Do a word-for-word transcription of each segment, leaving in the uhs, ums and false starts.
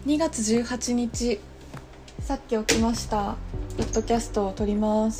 にがつじゅうはちにち、さっき起きました。ポッドキャストを撮ります。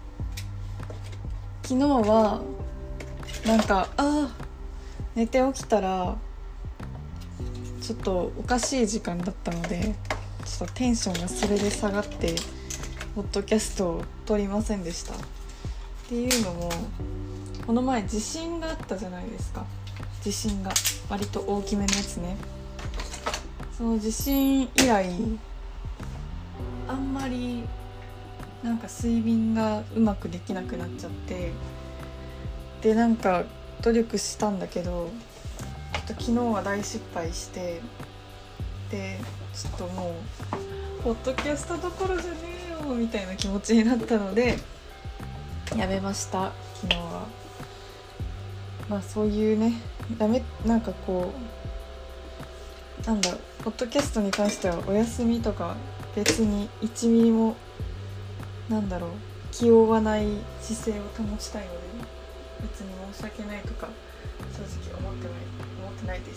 昨日はなんかあ寝て起きたらちょっとおかしい時間だったので、ちょっとテンションがそれで下がってポッドキャストを撮りませんでした。っていうのも、この前地震があったじゃないですか。地震が割と大きめのやつね。その地震以来あんまりなんか睡眠がうまくできなくなっちゃって、でなんか努力したんだけど、ちょっと昨日は大失敗して、でちょっともうポッドキャストどころじゃねえよみたいな気持ちになったのでやめました。昨日はまあそういうね、やめなんかこうなんだポッドキャストに関してはお休みとか別にいちミリもなんだろう気負わない姿勢を保ちたいので、別に申し訳ないとか正直思ってない思ってないです。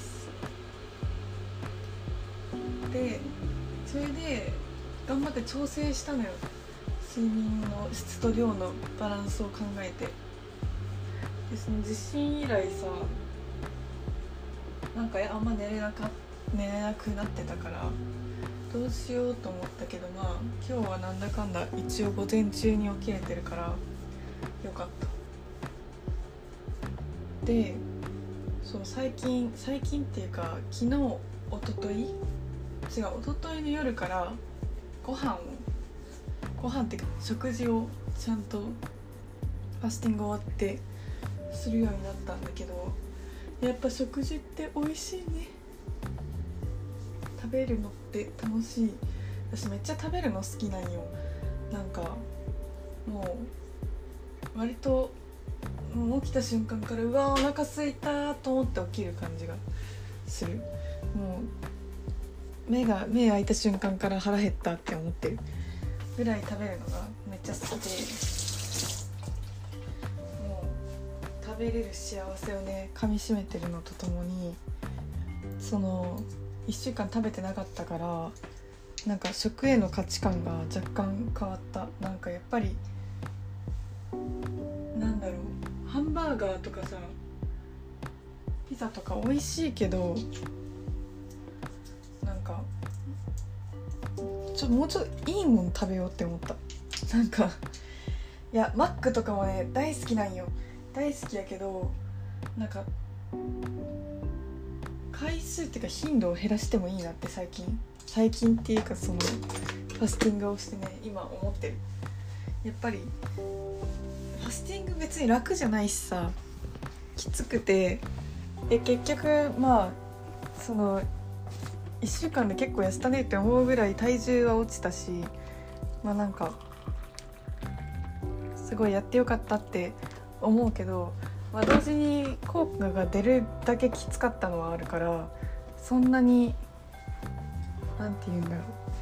でそれで頑張って調整したのよ。睡眠の質と量のバランスを考えて。でその地震以来さ、なんかあんま寝れなか寝れなくなってたからどうしようと思ったけど、まあ今日はなんだかんだ一応午前中に起きれてるからよかった。でそう最近最近っていうか昨日一昨日違う一昨日の夜からご飯をご飯っていうか食事をちゃんとファスティング終わってするようになったんだけど、やっぱ食事って美味しいね。食べるのって楽しい。私めっちゃ食べるの好きなんよ。なんかもう割ともう起きた瞬間からうわお腹空いたと思って起きる感じがする。もう目が目開いた瞬間から腹減ったって思ってるぐらい食べるのがめっちゃ好きで、もう食べれる幸せをね噛みしめてるのとともに、そのいっしゅうかん食べてなかったからなんか食への価値観が若干変わった。なんかやっぱりなんだろう、ハンバーガーとかさピザとか美味しいけど、なんかちょもうちょっといいもの食べようって思った。なんかいやマックとかもね大好きなんよ。大好きやけどなんか回数っていうか頻度を減らしてもいいなって最近最近っていうかそのファスティングをしてね今思ってる。やっぱりファスティング別に楽じゃないしさ、きつくて、え結局まあそのいっしゅうかんで結構痩せたねって思うぐらい体重は落ちたし、まあなんかすごいやってよかったって思うけど、まあ、同時に効果が出るだけきつかったのはあるから、そんなになんて言うんだろ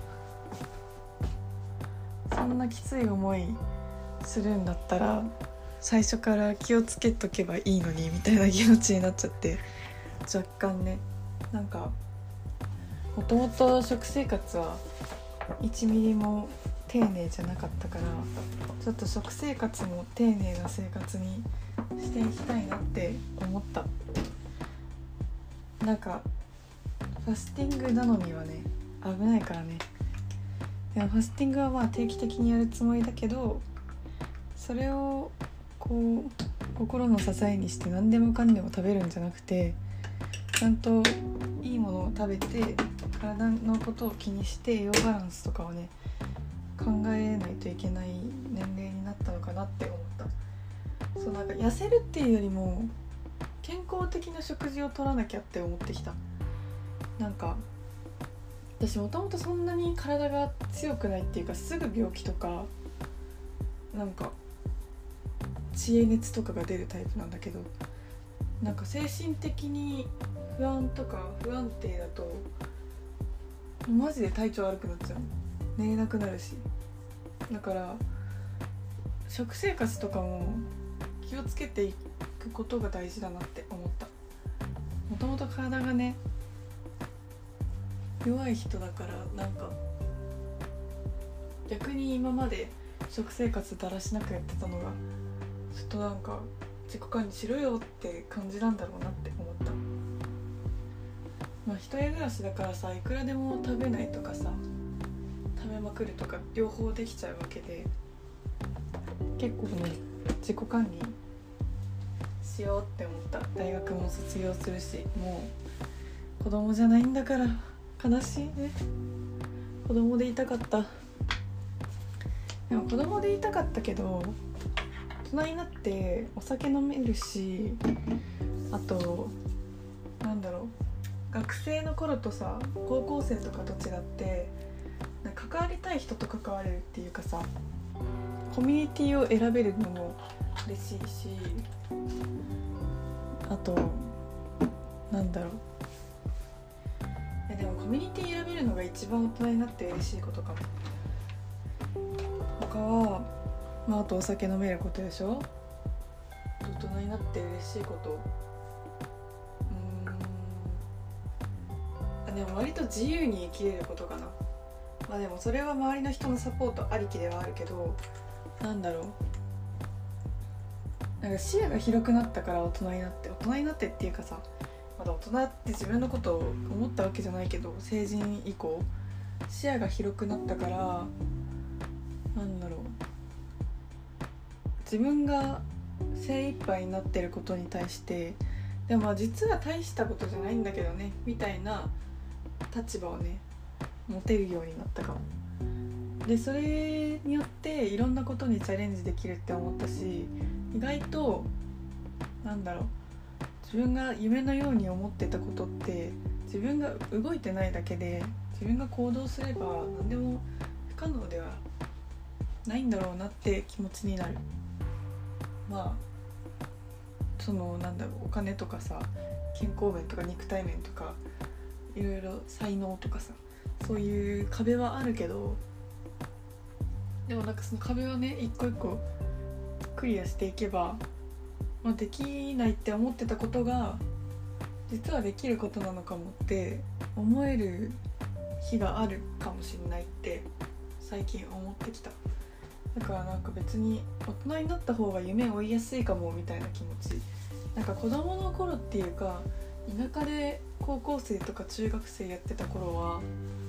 う、そんなきつい思いするんだったら最初から気をつけとけばいいのにみたいな気持ちになっちゃって、若干ねなんかもともと食生活はいちミリも丁寧じゃなかったから、ちょっと食生活も丁寧な生活にしていきたいなって思った。なんかファスティングなのにはね危ないからね。でもファスティングはまあ定期的にやるつもりだけど、それをこう心の支えにして何でもかんでも食べるんじゃなくて、ちゃんといいものを食べて体のことを気にして栄養バランスとかをね考えないといけない年齢になったのかなって思った。そうなんか痩せるっていうよりも健康的な食事を取らなきゃって思ってきた。なんか私もともとそんなに体が強くないっていうか、すぐ病気とかなんか知恵熱とかが出るタイプなんだけど、なんか精神的に不安とか不安定だとマジで体調悪くなっちゃう。寝れなくなるし。だから食生活とかも気をつけていくことが大事だなって思った。もともと体がね弱い人だから、なんか逆に今まで食生活だらしなくやってたのがちょっとなんか自己管理しろよって感じなんだろうなって思った。まあ一人暮らしだからさ、いくらでも食べないとかさ食べまくるとか両方できちゃうわけで、結構ね自己管理しようって思った。大学も卒業するし、もう子供じゃないんだから悲しいね。子供でいたかった。でも子供でいたかったけど、大人になってお酒飲めるし、あとなんだろう、学生の頃とさ高校生とかと違ってなんか関わりたい人と関われるっていうかさ、コミュニティを選べるのも嬉しいし、あとなんだろう、えでもコミュニティ選べるのが一番大人になって嬉しいことかも。他は、まあ、あとお酒飲めることでしょ。大人になって嬉しいこと、うーん、でも割と自由に生きれることかな。まあでもそれは周りの人のサポートありきではあるけど、なんだろう、なんか視野が広くなったから大人になって大人になってっていうかさ、まだ大人って自分のことを思ったわけじゃないけど、成人以降視野が広くなったから、なんだろう、自分が精一杯になってることに対して、でもまあ実は大したことじゃないんだけどねみたいな立場をね持てるようになったかも。でそれによっていろんなことにチャレンジできるって思ったし、意外となんだろう、自分が夢のように思ってたことって自分が動いてないだけで、自分が行動すれば何でも不可能ではないんだろうなって気持ちになる。まあそのなんだろう、お金とかさ健康面とか肉体面とかいろいろ才能とかさ、そういう壁はあるけど、でもなんかその壁をね一個一個クリアしていけば、まあ、できないって思ってたことが実はできることなのかもって思える日があるかもしれないって最近思ってきた。だからなんか別に大人になった方が夢を追いやすいかもみたいな気持ち。なんか子供の頃っていうか、田舎で高校生とか中学生やってた頃は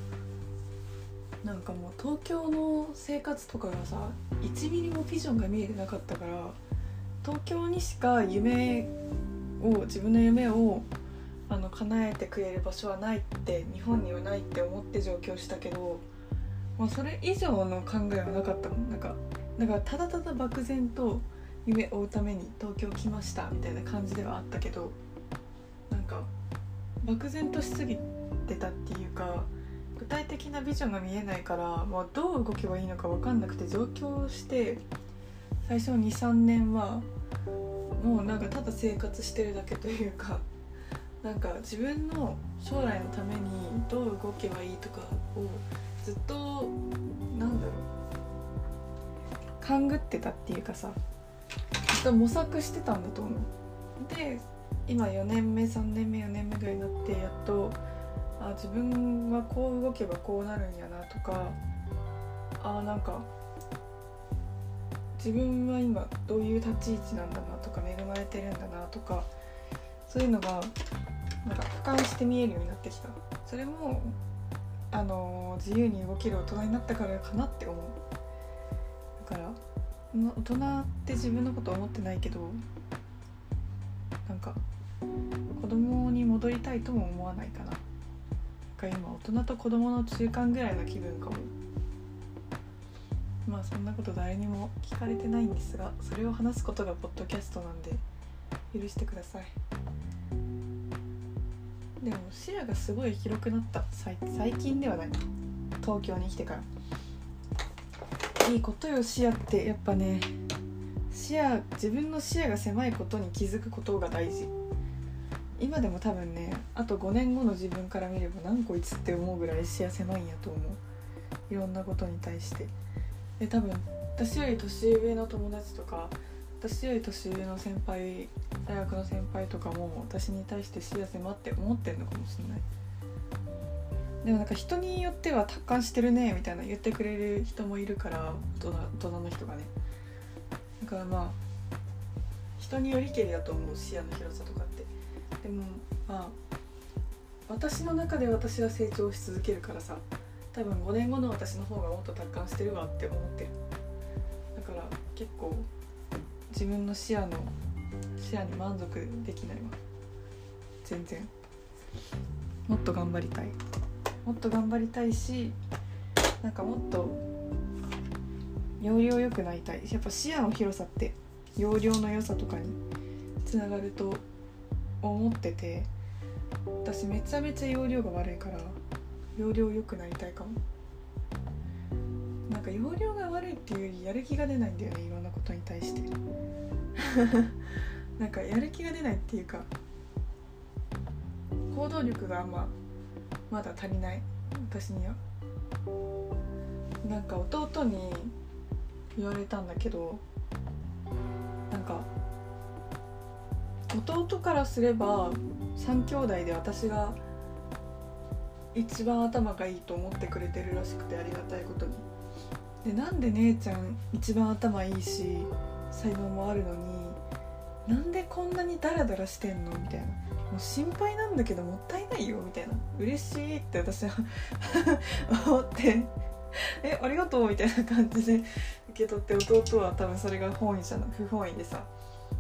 なんかもう東京の生活とかがさいちミリもビジョンが見えてなかったから、東京にしか夢を自分の夢をあの叶えてくれる場所はないって、日本にはないって思って上京したけど、まあ、それ以上の考えはなかったもん。なんかだからただただ漠然と夢を追うために東京来ましたみたいな感じではあったけど、なんか漠然としすぎてたっていうか、具体的なビジョンが見えないから、まあ、どう動けばいいのか分かんなくて上京して、最初 にさんねんはもうなんかただ生活してるだけというか、なんか自分の将来のためにどう動けばいいとかをずっとなんだろう勘ぐってたっていうかさ、ずっと模索してたんだと思う。で今よねんめさんねんめよねんめぐらいになってやっと、あ自分はこう動けばこうなるんやなとか、あなんか自分は今どういう立ち位置なんだなとか、恵まれてるんだなとか、そういうのがなんか俯瞰して見えるようになってきた。それもあの自由に動ける大人になったからかなって思う。だから大人って自分のこと思ってないけど、なんか子供に戻りたいとも思わないかな。なんか今大人と子供の中間ぐらいの気分かも。まあそんなこと誰にも聞かれてないんですが、それを話すことがポッドキャストなんで許してください。でも視野がすごい広くなった。最近ではない、東京に来てから。いいことよ、視野ってやっぱね、視野自分の視野が狭いことに気づくことが大事。今でも多分ね、あとごねんごの自分から見れば何こいつって思うぐらい視野狭いんやと思う。いろんなことに対して。で多分私より年上の友達とか、私より年上の先輩、大学の先輩とかも私に対して視野狭って思ってるのかもしれない。 でもなんか人によっては達観してるねみたいな言ってくれる人もいるから、大人、大人の人がね。だからまあ人によりけりだと思う、視野の広さとかって。でもまあ私の中で私は成長し続けるからさ、多分ごねんごの私の方がもっと達観してるわって思ってる。だから結構自分の視野の視野に満足できないわ。全然もっと頑張りたいもっと頑張りたいし、なんかもっと容量良くなりたい。やっぱ視野の広さって容量の良さとかにつながると思ってて、私めちゃめちゃ容量が悪いから容量良くなりたいかも。なんか容量が悪いっていうよりやる気が出ないんだよね、いろんなことに対してなんかやる気が出ないっていうか、行動力があんままだ足りない私には。なんか弟に言われたんだけど、なんか弟からすればさん兄弟で私が一番頭がいいと思ってくれてるらしくて、ありがたいことに。で、なんで姉ちゃん一番頭いいし才能もあるのになんでこんなにダラダラしてんのみたいな、もう心配なんだけどもったいないよみたいな、嬉しいって私は思ってえありがとうみたいな感じで受け取って、弟は多分それが本意じゃな不本意でさ、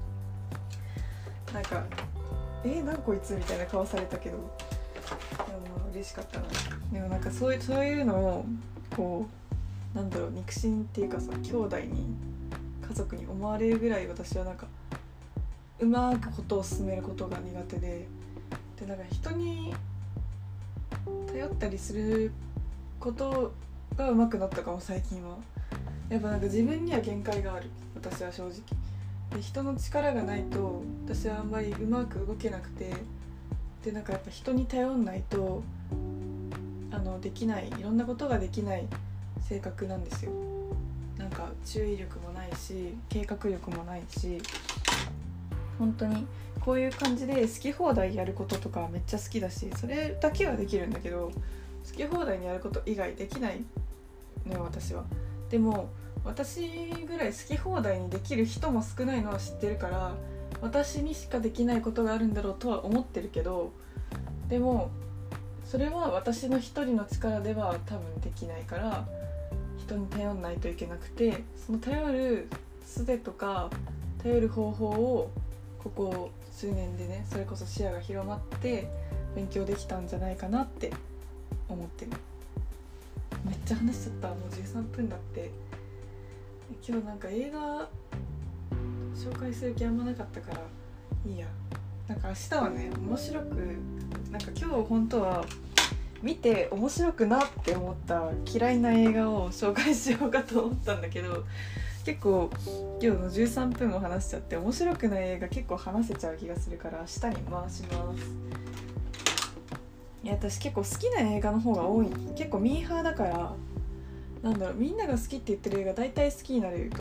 なんかえなんこいつみたいな顔されたけど、でもまあ嬉しかったな。でもなんかそういうそういうのをこうなんだろう、肉親っていうかさ、兄弟に家族に思われるぐらい私はなんかうまくことを進めることが苦手で、でなんか人に頼ったりすることがうまくなったかも最近は。やっぱなんか自分には限界がある、私は正直で。人の力がないと私はあんまりうまく動けなくて、でなんかやっぱ人に頼んないとあのできない、いろんなことができない性格なんですよ。なんか注意力もないし計画力もないし、本当にこういう感じで好き放題やることとかめっちゃ好きだし、それだけはできるんだけど好き放題にやること以外できないのよ私は。でも私ぐらい好き放題にできる人も少ないのは知ってるから、私にしかできないことがあるんだろうとは思ってるけど、でもそれは私の一人の力では多分できないから人に頼んないといけなくて、その頼る術とか頼る方法をここ数年でね、それこそ視野が広まって勉強できたんじゃないかなって思ってる。めっちゃ話しちゃった、もうじゅうさんぷんだって。今日なんか映画紹介する気あんまなかったからいいや。なんか明日はね面白く、なんか今日本当は見て面白くなって思った嫌いな映画を紹介しようかと思ったんだけど、結構今日のじゅうさんぷんも話しちゃって面白くない映画結構話せちゃう気がするから明日に回します。いや私結構好きな映画の方が多い、結構ミーハーだから、なんだろう、みんなが好きって言ってる映画大体好きになれる。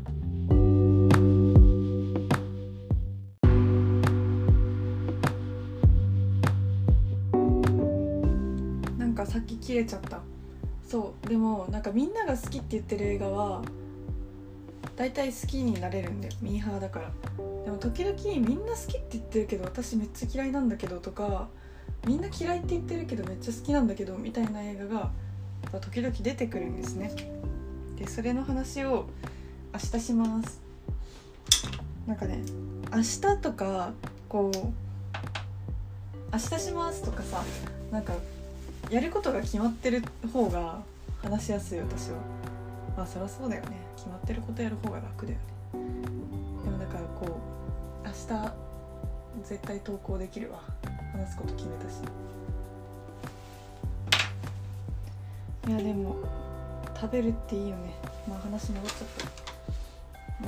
なんかさっき切れちゃった。そうでもなんかみんなが好きって言ってる映画は大体好きになれるんだよ、ミーハーだから。でも時々みんな好きって言ってるけど私めっちゃ嫌いなんだけどとか、みんな嫌いって言ってるけどめっちゃ好きなんだけどみたいな映画が時々出てくるんですね。でそれの話を明日します。なんかね、明日とかこう明日しますとかさ、なんかやることが決まってる方が話しやすい私は。まあそりゃそうだよね、決まってることやる方が楽だよね。でもだからこう明日絶対投稿できるわ、話すこと決めたし。いやでも食べるっていいよね。まあ話戻っちゃった。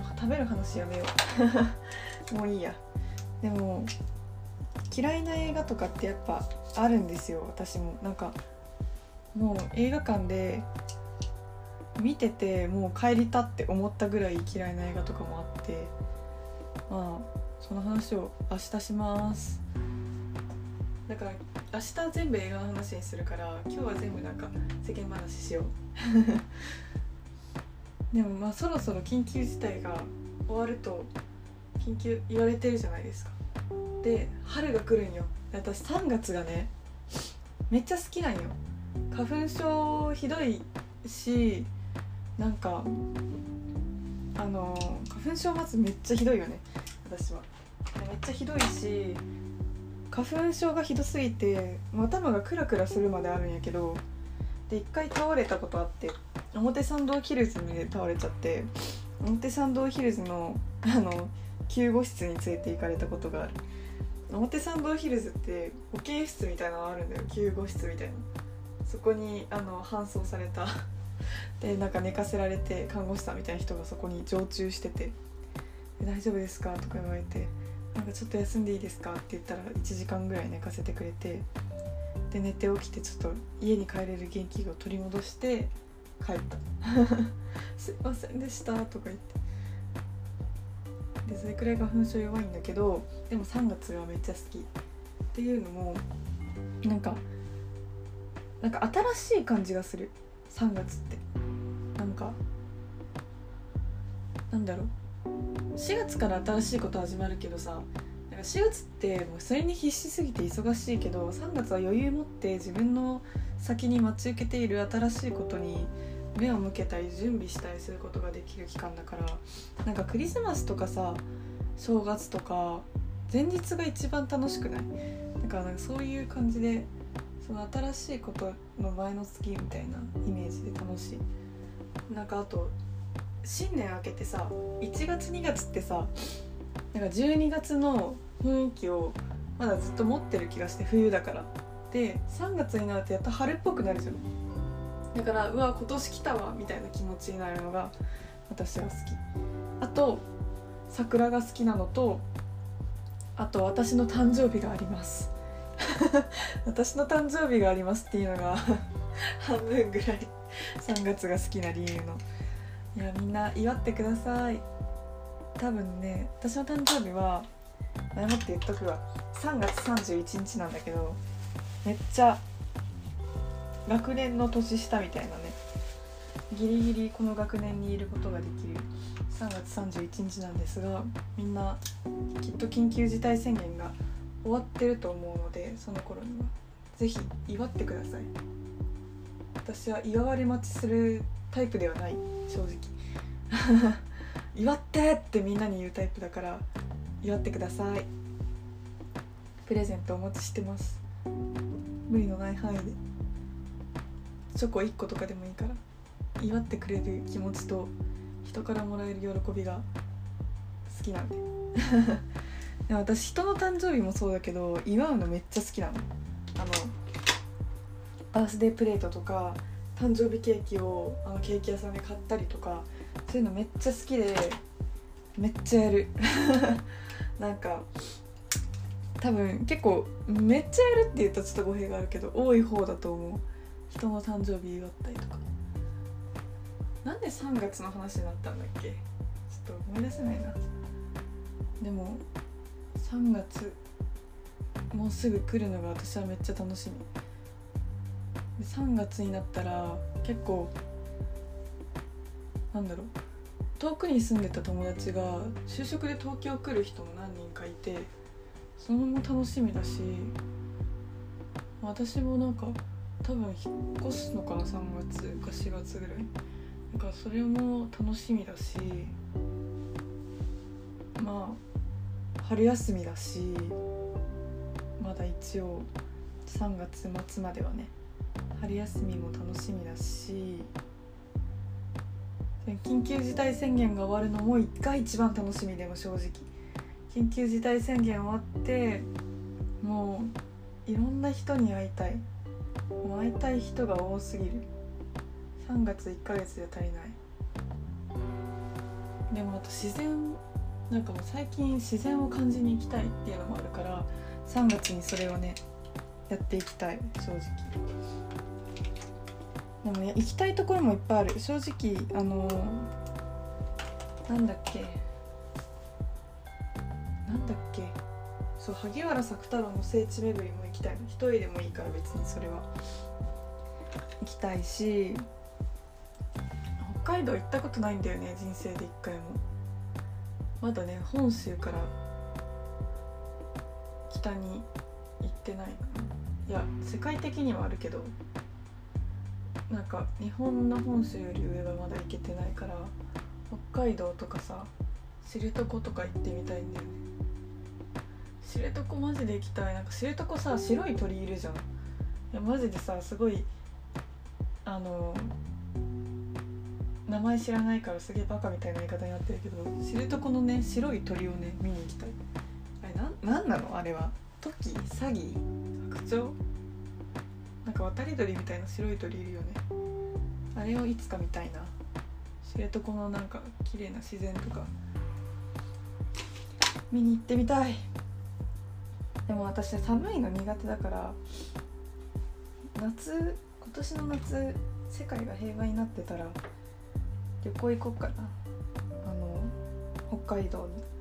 もう食べる話やめようもういいや。でも嫌いな映画とかってやっぱあるんですよ私も。なんかもう映画館で見ててもう帰りたって思ったぐらい嫌いな映画とかもあって、まあその話を明日します。 だから明日全部映画の話にするから、今日は全部なんか世間話しようでもまあそろそろ緊急事態が終わると緊急言われてるじゃないですか。で春が来るんよ。私さんがつがねめっちゃ好きなんよ。花粉症ひどいし、なんかあの花粉症まずめっちゃひどいよね。私はめっちゃひどいし、花粉症がひどすぎてもう頭がクラクラするまであるんやけど、で一回倒れたことあって、表参道ヒルズに倒れちゃって、表参道ヒルズのあの救護室に連れて行かれたことがある。表参道ヒルズって保健室みたいなのあるんだよ、救護室みたいな。そこにあの搬送されたでなんか寝かせられて、看護師さんみたいな人がそこに常駐してて、大丈夫ですかとか言われて、なんかちょっと休んでいいですかって言ったらいちじかんぐらい寝かせてくれて、で寝て起きてちょっと家に帰れる元気を取り戻して帰ったすいませんでしたとか言って、でそれくらい花粉症弱いんだけど、でもさんがつがめっちゃ好きっていうのもなんかなんか新しい感じがする。さんがつってなんかなんだろう、しがつから新しいこと始まるけどさ、なんかしがつってもうそれに必死すぎて忙しいけど、さんがつは余裕持って自分の先に待ち受けている新しいことに目を向けたり準備したりすることができる期間だから、なんかクリスマスとかさ正月とか前日が一番楽しくない？だからなんかそういう感じで、その新しいことの前の月みたいなイメージで楽しい。なんかあと新年明けてさいちがつにがつってさ、なんかじゅうにがつの雰囲気をまだずっと持ってる気がして、冬だから。でさんがつになるとやっと春っぽくなるじゃん。だからうわ今年来たわみたいな気持ちになるのが私は好き。あと桜が好きなのと、あと私の誕生日があります私の誕生日がありますっていうのが半分ぐらいさんがつが好きな理由の。いやみんな祝ってください。多分ね私の誕生日は前もって言っとくわ、さんがつさんじゅういちにちなんだけど、めっちゃ学年の年下みたいなね、ギリギリこの学年にいることができるさんがつさんじゅういちにちなんですが、みんなきっと緊急事態宣言が終わってると思うので、その頃にはぜひ祝ってください。私は祝われ待ちするタイプではない、正直祝ってってみんなに言うタイプだから、祝ってください。プレゼントお待ちしてます。無理のない範囲でチョコいっことかでもいいから祝ってくれる気持ちと人からもらえる喜びが好きなんででも私人の誕生日もそうだけど祝うのめっちゃ好きなの。あのバースデープレートとか誕生日ケーキをあのケーキ屋さんで買ったりとか、そういうのめっちゃ好きでめっちゃやるなんか多分結構めっちゃやるって言ったらちょっと語弊があるけど多い方だと思う。人の誕生日祝ったりとか。なんでさんがつの話になったんだっけ、ちょっと思い出せないな。でもさんがつもうすぐ来るのが私はめっちゃ楽しみ。さんがつになったら結構なんだろう、遠くに住んでた友達が就職で東京来る人も何人かいて、そのも楽しみだし、私もなんか多分引っ越すのかな、さんがつかしがつぐらい。だからそれも楽しみだし、まあ春休みだし、まだ一応さんがつまつまではね春休みも楽しみだし、緊急事態宣言が終わるのもが一番楽しみでも正直。緊急事態宣言終わってもういろんな人に会いたい。もう会いたい人が多すぎる。さんがついっかげつで足りない。でもあと自然、なんかもう最近自然を感じに行きたいっていうのもあるから、さんがつにそれをねやっていきたい正直。でも、ね、行きたいところもいっぱいある正直。あのなんだっけなんだっけそう萩原作太郎の聖地巡りも行きたいの。一人でもいいから別にそれは行きたいし、北海道行ったことないんだよね、人生で一回も。まだね本州から北に行ってないかな。いや世界的にはあるけど、なんか日本の本州より上はまだ行けてないから、北海道とかさ知床とか行ってみたいんだよね。知床マジで行きたい。なんか知床さ白い鳥いるじゃん。いやマジでさすごいあの名前知らないからすげえバカみたいな言い方になってるけど、知床のね白い鳥をね見に行きたい。あれなんなんなのあれは。トキ、サギ、白鳥、なんか渡り鳥みたいな白い鳥いるよね。あれをいつか見たいな。知床のなんか綺麗な自然とか見に行ってみたい。でも私寒いの苦手だから、夏今年の夏世界が平和になってたら旅行行こうかな、あの北海道に。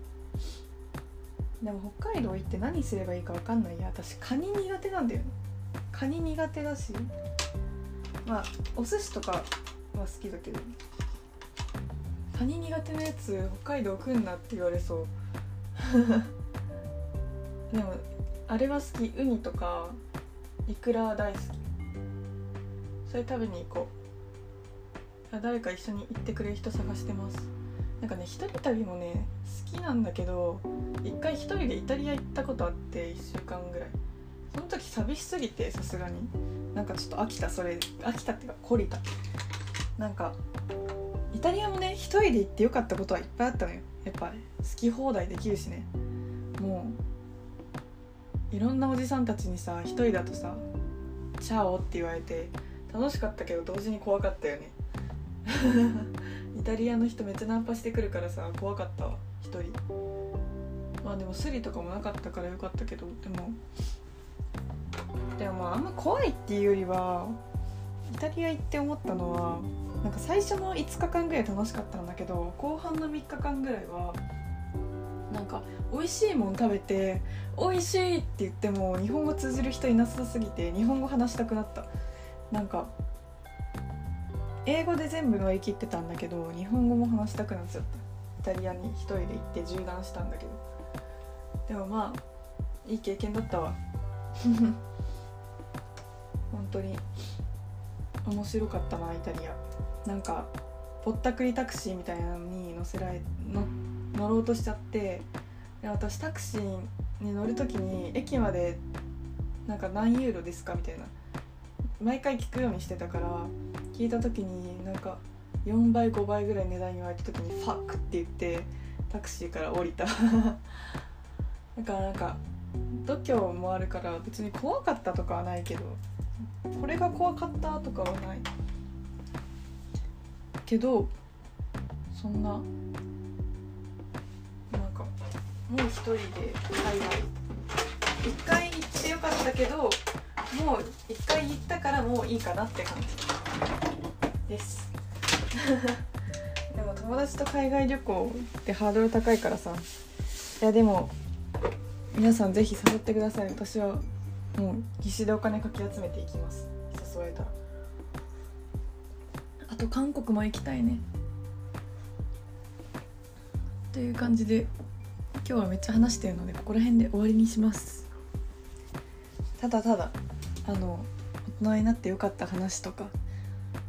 でも北海道行って何すればいいか分かんないや。私カニ苦手なんだよね。カニ苦手だし、まあお寿司とかは好きだけど、カニ苦手なやつ北海道来んなって言われそうでもあれは好き。ウニとかイクラ大好き。それ食べに行こう。誰か一緒に行ってくれる人探してます。なんかね一人旅もね好きなんだけど、一回一人でイタリア行ったことあって、いっしゅうかんぐらい。その時寂しすぎて、さすがになんかちょっと飽きた。それ飽きたっていうか懲りた。なんかイタリアもね一人で行ってよかったことはいっぱいあったのよ。やっぱ好き放題できるしね。もういろんなおじさんたちにさ一人だとさチャオって言われて楽しかったけど同時に怖かったよねイタリアの人めっちゃナンパしてくるからさ怖かったわ一人。まあでもスリとかもなかったからよかったけど、でもでもまああんま怖いっていうよりは、イタリア行って思ったのは、なんか最初のいつかかんぐらい楽しかったんだけど、後半のみっかかんぐらいはなんか美味しいもん食べて美味しいって言っても日本語通じる人いなさすぎて日本語話したくなった。なんか英語で全部乗り切ってたんだけど日本語も話したくなっちゃった。イタリアに一人で行って縦断したんだけど、でもまあいい経験だったわ本当に面白かったなイタリア。なんかぼったくりタクシーみたいなのに乗せられの乗ろうとしちゃって、で私タクシーに乗るときに駅までなんか何ユーロですかみたいな毎回聞くようにしてたから、聞いたときになんかよんばいごばいぐらい値段言われたときにファックって言ってタクシーから降りただからなんか度胸もあるから別に怖かったとかはないけど、これが怖かったとかはないけど、そんななんかもう一人で海外一回行ってよかったけど、もう一回行ったからもういいかなって感じですでも友達と海外旅行ってハードル高いからさ。いやでも皆さんぜひ誘ってください。私はもう必死でお金かき集めていきます、誘えたら。あと韓国も行きたいねという感じで、今日はめっちゃ話してるのでここら辺で終わりにします。ただただあの大人になってよかった話とか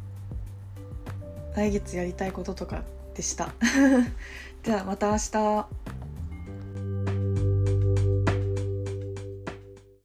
来月やりたいこととかでしたじゃあまた明日。